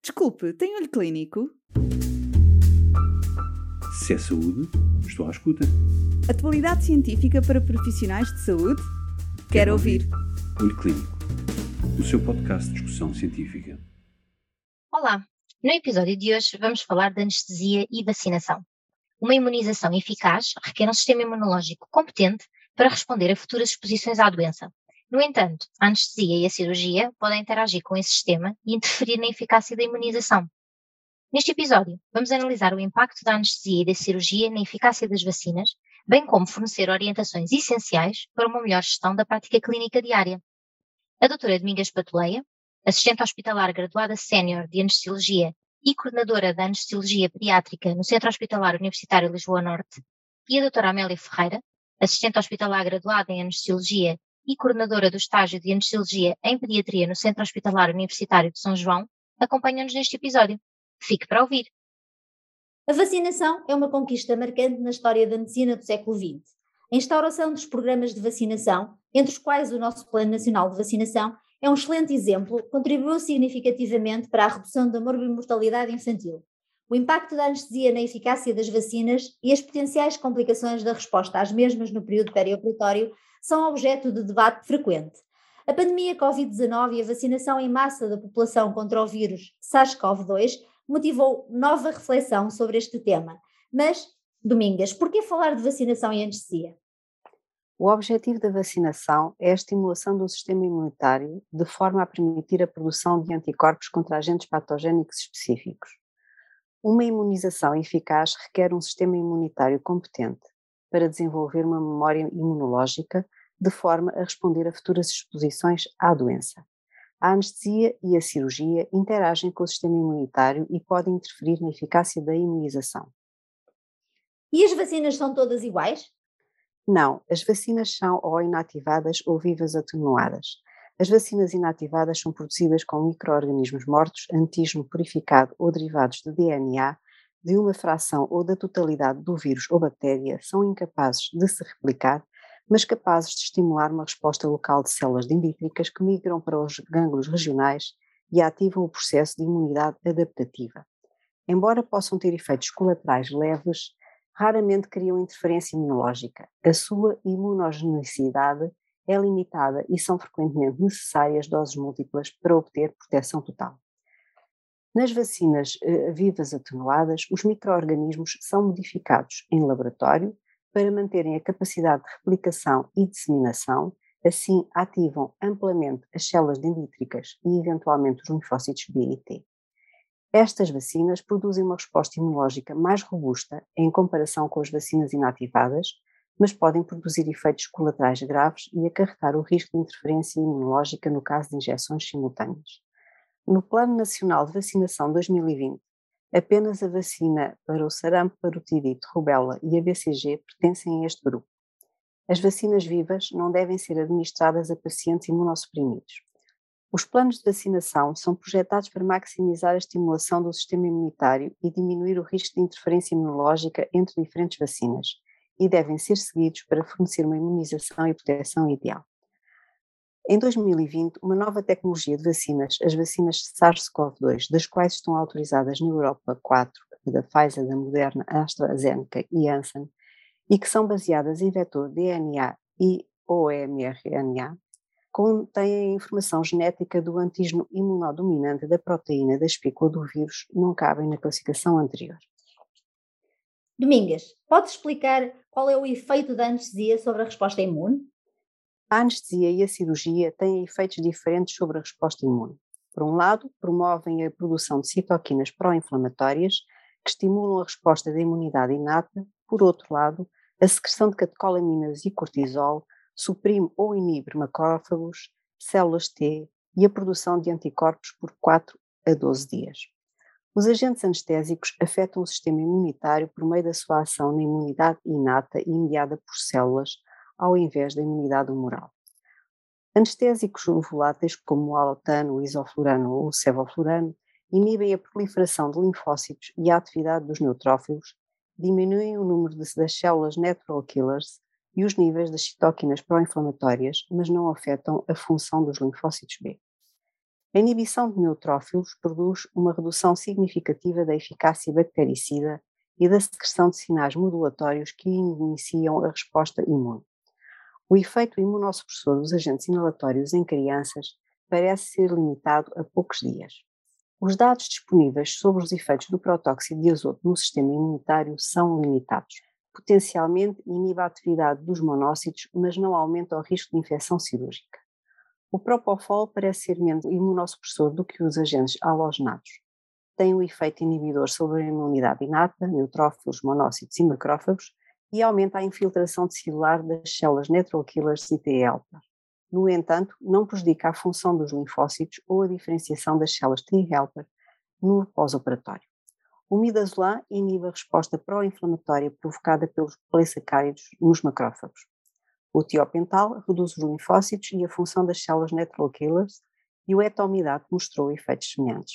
Desculpe, tem olho clínico? Se é saúde, estou à escuta. Atualidade científica para profissionais de saúde? Quero ouvir. Olho Clínico, o seu podcast de discussão científica. Olá! No episódio de hoje vamos falar de anestesia e vacinação. Uma imunização eficaz requer um sistema imunológico competente para responder a futuras exposições à doença. No entanto, a anestesia e a cirurgia podem interagir com esse sistema e interferir na eficácia da imunização. Neste episódio, vamos analisar o impacto da anestesia e da cirurgia na eficácia das vacinas, bem como fornecer orientações essenciais para uma melhor gestão da prática clínica diária. A doutora Domingas Patuleia, assistente hospitalar graduada sénior de anestesiologia e coordenadora da anestesiologia pediátrica no Centro Hospitalar Universitário Lisboa Norte, e a doutora Amélia Ferreira, assistente hospitalar graduada em anestesiologia e coordenadora do estágio de anestesiologia em pediatria no Centro Hospitalar Universitário de São João, acompanham-nos neste episódio. Fique para ouvir! A vacinação é uma conquista marcante na história da medicina do século XX. A instauração dos programas de vacinação, entre os quais o nosso Plano Nacional de Vacinação, é um excelente exemplo, contribuiu significativamente para a redução da morbimortalidade infantil. O impacto da anestesia na eficácia das vacinas e as potenciais complicações da resposta às mesmas no período perioperatório são objeto de debate frequente. A pandemia Covid-19 e a vacinação em massa da população contra o vírus SARS-CoV-2 motivou nova reflexão sobre este tema. Mas, Domingas, por que falar de vacinação e anestesia? O objetivo da vacinação é a estimulação do sistema imunitário de forma a permitir a produção de anticorpos contra agentes patogénicos específicos. Uma imunização eficaz requer um sistema imunitário competente para desenvolver uma memória imunológica de forma a responder a futuras exposições à doença. A anestesia e a cirurgia interagem com o sistema imunitário e podem interferir na eficácia da imunização. E as vacinas são todas iguais? Não, as vacinas são ou inativadas ou vivas atenuadas. As vacinas inativadas são produzidas com micro-organismos mortos, antígeno purificado ou derivados de DNA, de uma fração ou da totalidade do vírus ou bactéria, são incapazes de se replicar, mas capazes de estimular uma resposta local de células dendríticas que migram para os gânglios regionais e ativam o processo de imunidade adaptativa. Embora possam ter efeitos colaterais leves, raramente criam interferência imunológica. A sua imunogenicidade é limitada e são frequentemente necessárias doses múltiplas para obter proteção total. Nas vacinas vivas atenuadas, os micro-organismos são modificados em laboratório para manterem a capacidade de replicação e disseminação, assim ativam amplamente as células dendríticas e eventualmente os linfócitos B e T. Estas vacinas produzem uma resposta imunológica mais robusta em comparação com as vacinas inativadas, mas podem produzir efeitos colaterais graves e acarretar o risco de interferência imunológica no caso de injeções simultâneas. No Plano Nacional de Vacinação 2020, apenas a vacina para o sarampo, parotidite, rubéola e a BCG pertencem a este grupo. As vacinas vivas não devem ser administradas a pacientes imunossuprimidos. Os planos de vacinação são projetados para maximizar a estimulação do sistema imunitário e diminuir o risco de interferência imunológica entre diferentes vacinas, e devem ser seguidos para fornecer uma imunização e proteção ideal. Em 2020, uma nova tecnologia de vacinas, as vacinas SARS-CoV-2, das quais estão autorizadas na Europa 4, da Pfizer, da Moderna, AstraZeneca e Janssen, e que são baseadas em vetor DNA e ou mRNA, contêm a informação genética do antígeno imunodominante da proteína da espícula do vírus, não cabem na classificação anterior. Domingas, pode explicar qual é o efeito da anestesia sobre a resposta imune? A anestesia e a cirurgia têm efeitos diferentes sobre a resposta imune. Por um lado, promovem a produção de citoquinas pró-inflamatórias que estimulam a resposta da imunidade inata. Por outro lado, a secreção de catecolaminas e cortisol suprime ou inibe macrófagos, células T e a produção de anticorpos por 4 a 12 dias. Os agentes anestésicos afetam o sistema imunitário por meio da sua ação na imunidade inata e mediada por células, ao invés da imunidade humoral. Anestésicos voláteis como o alotano, o isoflurano ou o sevoflurano inibem a proliferação de linfócitos e a atividade dos neutrófilos, diminuem o número das células natural killers e os níveis das citoquinas pró-inflamatórias, mas não afetam a função dos linfócitos B. A inibição de neutrófilos produz uma redução significativa da eficácia bactericida e da secreção de sinais modulatórios que iniciam a resposta imune. O efeito imunossupressor dos agentes inalatórios em crianças parece ser limitado a poucos dias. Os dados disponíveis sobre os efeitos do prótóxido de azoto no sistema imunitário são limitados. Potencialmente inibe a atividade dos monócitos, mas não aumenta o risco de infecção cirúrgica. O propofol parece ser menos imunossupressor do que os agentes halogenados. Tem um efeito inibidor sobre a imunidade inata, neutrófilos, monócitos e macrófagos, e aumenta a infiltração celular das células natural killers e T helper. No entanto, não prejudica a função dos linfócitos ou a diferenciação das células T helper no pós-operatório. O midazolam inibe a resposta pró-inflamatória provocada pelos polissacáridos nos macrófagos. O tiopental reduz os linfócitos e a função das células natural killers, e o etomidato mostrou efeitos semelhantes.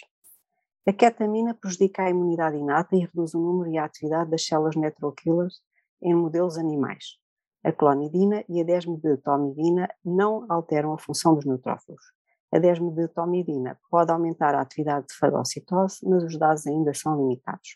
A ketamina prejudica a imunidade inata e reduz o número e a atividade das células natural killers em modelos animais. A clonidina e a desmedetomidina não alteram a função dos neutrófilos. A desmedetomidina pode aumentar a atividade de fagocitose, mas os dados ainda são limitados.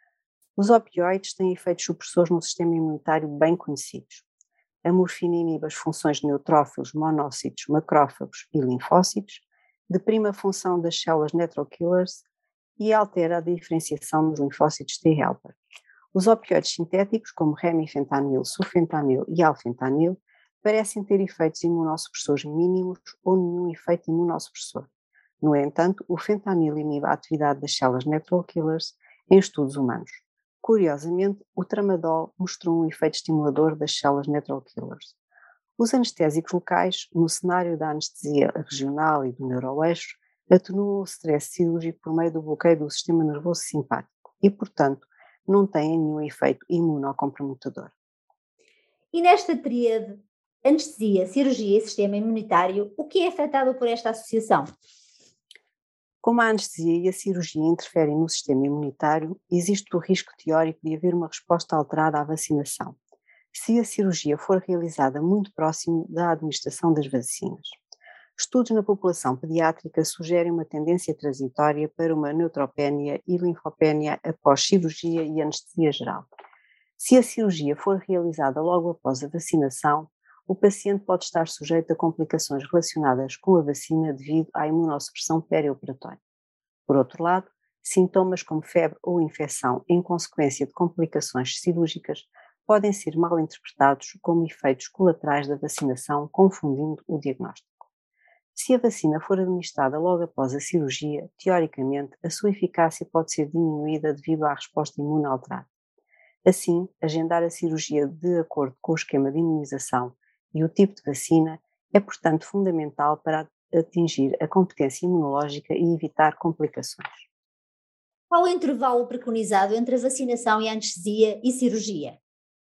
Os opioides têm efeitos supressores no sistema imunitário bem conhecidos. A morfina inibe as funções de neutrófilos, monócitos, macrófagos e linfócitos, deprime a função das células natural killers e altera a diferenciação dos linfócitos T helper. Os opioides sintéticos, como remifentanil, sulfentanil e alfentanil, parecem ter efeitos imunossupressores mínimos ou nenhum efeito imunossupressor. No entanto, o fentanil inibe a atividade das células natural killers em estudos humanos. Curiosamente, o tramadol mostrou um efeito estimulador das células natural killers. Os anestésicos locais, no cenário da anestesia regional e do neuroeixo, atenuam o stress cirúrgico por meio do bloqueio do sistema nervoso simpático e, portanto, não têm nenhum efeito imunocomprometedor. E nesta tríade, anestesia, cirurgia e sistema imunitário, o que é afetado por esta associação? Como a anestesia e a cirurgia interferem no sistema imunitário, existe o risco teórico de haver uma resposta alterada à vacinação, se a cirurgia for realizada muito próximo da administração das vacinas. Estudos na população pediátrica sugerem uma tendência transitória para uma neutropénia e linfopénia após cirurgia e anestesia geral. Se a cirurgia for realizada logo após a vacinação, o paciente pode estar sujeito a complicações relacionadas com a vacina devido à imunossupressão perioperatória. Por outro lado, sintomas como febre ou infecção em consequência de complicações cirúrgicas podem ser mal interpretados como efeitos colaterais da vacinação, confundindo o diagnóstico. Se a vacina for administrada logo após a cirurgia, teoricamente, a sua eficácia pode ser diminuída devido à resposta imune alterada. Assim, agendar a cirurgia de acordo com o esquema de imunização e o tipo de vacina é, portanto, fundamental para atingir a competência imunológica e evitar complicações. Qual o intervalo preconizado entre a vacinação e a anestesia e cirurgia?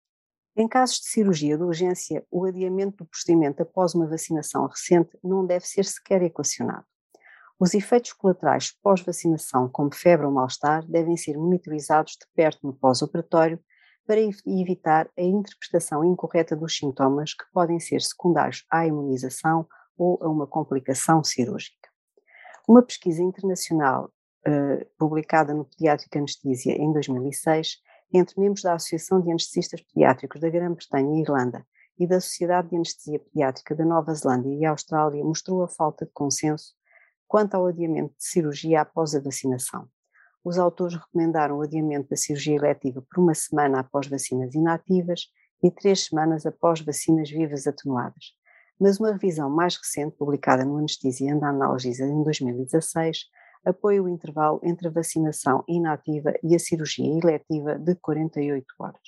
Em casos de cirurgia de urgência, o adiamento do procedimento após uma vacinação recente não deve ser sequer equacionado. Os efeitos colaterais pós-vacinação, como febre ou mal-estar, devem ser monitorizados de perto no pós-operatório para evitar a interpretação incorreta dos sintomas que podem ser secundários à imunização ou a uma complicação cirúrgica. Uma pesquisa internacional publicada no Pediatric Anesthesia em 2006, entre membros da Associação de Anestesistas Pediátricos da Grã-Bretanha e Irlanda e da Sociedade de Anestesia Pediátrica da Nova Zelândia e Austrália, mostrou a falta de consenso quanto ao adiamento de cirurgia após a vacinação. Os autores recomendaram o adiamento da cirurgia eletiva por 1 semana após vacinas inativas e 3 semanas após vacinas vivas atenuadas. Mas uma revisão mais recente, publicada no Anesthesia and Analgesia em 2016, apoia o intervalo entre a vacinação inativa e a cirurgia eletiva de 48 horas.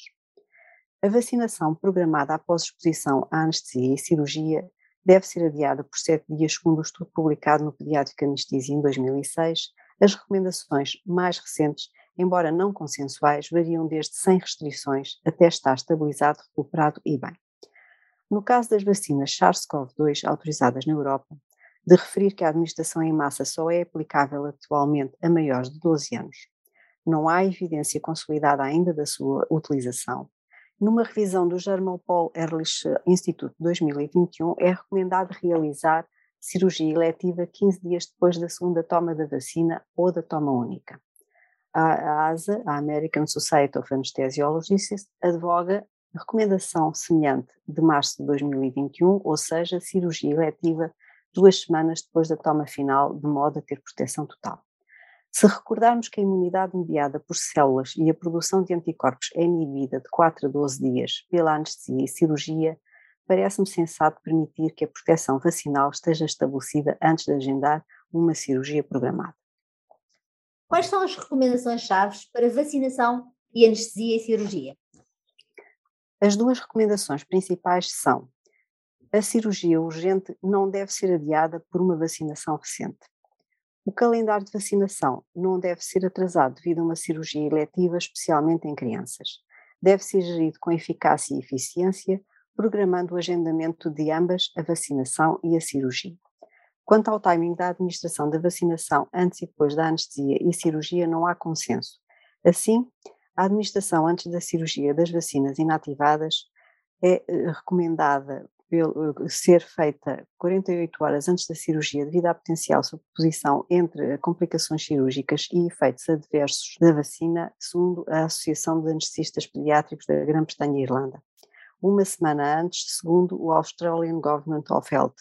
A vacinação programada após exposição à anestesia e cirurgia deve ser adiada por 7 dias, segundo o estudo publicado no Pediatric Anesthesia em 2006. As recomendações mais recentes, embora não consensuais, variam desde sem restrições até estar estabilizado, recuperado e bem. No caso das vacinas SARS-CoV-2 autorizadas na Europa, de referir que a administração em massa só é aplicável atualmente a maiores de 12 anos. Não há evidência consolidada ainda da sua utilização. Numa revisão do German Paul Ehrlich Institute 2021, é recomendado realizar cirurgia eletiva 15 dias depois da segunda toma da vacina ou da toma única. A ASA, a American Society of Anesthesiologists, advoga a recomendação semelhante de março de 2021, ou seja, cirurgia eletiva 2 semanas depois da toma final, de modo a ter proteção total. Se recordarmos que a imunidade mediada por células e a produção de anticorpos é inibida de 4 a 12 dias pela anestesia e cirurgia, parece-me sensato permitir que a proteção vacinal esteja estabelecida antes de agendar uma cirurgia programada. Quais são as recomendações-chave para vacinação e anestesia e cirurgia? As 2 recomendações principais são: a cirurgia urgente não deve ser adiada por uma vacinação recente. O calendário de vacinação não deve ser atrasado devido a uma cirurgia eletiva, especialmente em crianças. Deve ser gerido com eficácia e eficiência, programando o agendamento de ambas, a vacinação e a cirurgia. Quanto ao timing da administração da vacinação antes e depois da anestesia e cirurgia, não há consenso. Assim, a administração antes da cirurgia das vacinas inativadas é recomendada ser feita 48 horas antes da cirurgia devido à potencial sobreposição entre complicações cirúrgicas e efeitos adversos da vacina, segundo a Associação de Anestesistas Pediátricos da Grã-Bretanha e Irlanda. 1 semana antes, segundo o Australian Government of Health.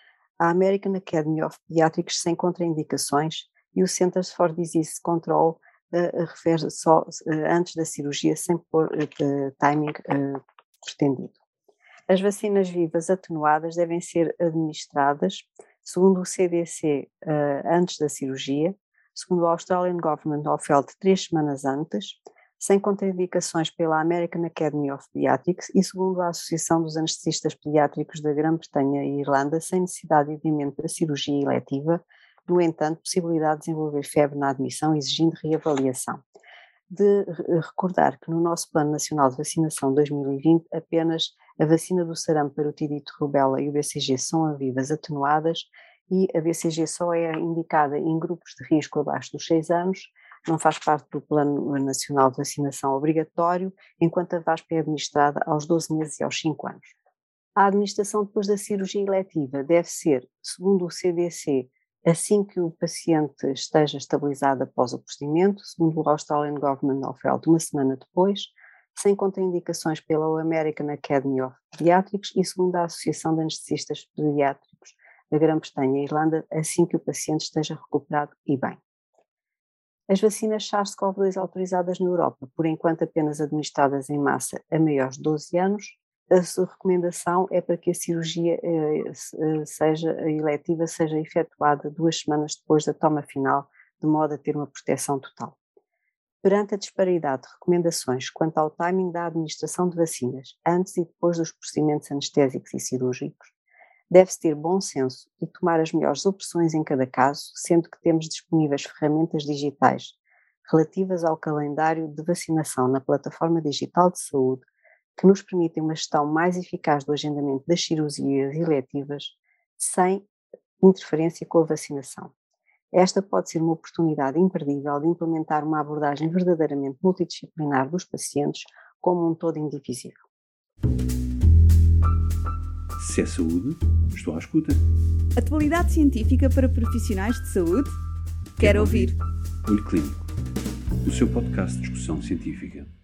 A American Academy of Pediatrics sem contraindicações e o Centers for Disease Control refere só antes da cirurgia, sem pôr timing pretendido. As vacinas vivas atenuadas devem ser administradas, segundo o CDC, antes da cirurgia, segundo o Australian Government of Health 3 semanas antes, sem contraindicações pela American Academy of Pediatrics e segundo a Associação dos Anestesistas Pediátricos da Grã-Bretanha e Irlanda, sem necessidade de adiamento da cirurgia eletiva, no entanto, possibilidade de desenvolver febre na admissão, exigindo reavaliação. De recordar que no nosso Plano Nacional de Vacinação 2020, apenas a vacina do sarampo, parotidite, rubéola e o BCG são vivas atenuadas e a BCG só é indicada em grupos de risco abaixo dos 6 anos, não faz parte do Plano Nacional de Vacinação obrigatório, enquanto a VASP é administrada aos 12 meses e aos 5 anos. A administração depois da cirurgia eletiva deve ser, segundo o CDC, assim que o paciente esteja estabilizado após o procedimento, segundo o Australian Government of Health, 1 semana depois, sem contraindicações pela American Academy of Pediatrics e segundo a Associação de Anestesistas Pediátricos da Grã-Bretanha e Irlanda, assim que o paciente esteja recuperado e bem. As vacinas SARS-CoV-2 autorizadas na Europa, por enquanto apenas administradas em massa a maiores de 12 anos, a sua recomendação é para que a cirurgia eletiva seja efetuada 2 semanas depois da toma final, de modo a ter uma proteção total. Perante a disparidade de recomendações quanto ao timing da administração de vacinas, antes e depois dos procedimentos anestésicos e cirúrgicos, deve-se ter bom senso e tomar as melhores opções em cada caso, sendo que temos disponíveis ferramentas digitais relativas ao calendário de vacinação na plataforma digital de saúde, que nos permitem uma gestão mais eficaz do agendamento das cirurgias eletivas sem interferência com a vacinação. Esta pode ser uma oportunidade imperdível de implementar uma abordagem verdadeiramente multidisciplinar dos pacientes como um todo indivisível. Se é saúde, estou à escuta. Atualidade científica para profissionais de saúde? Quero ouvir. Olho Clínico, o seu podcast de discussão científica.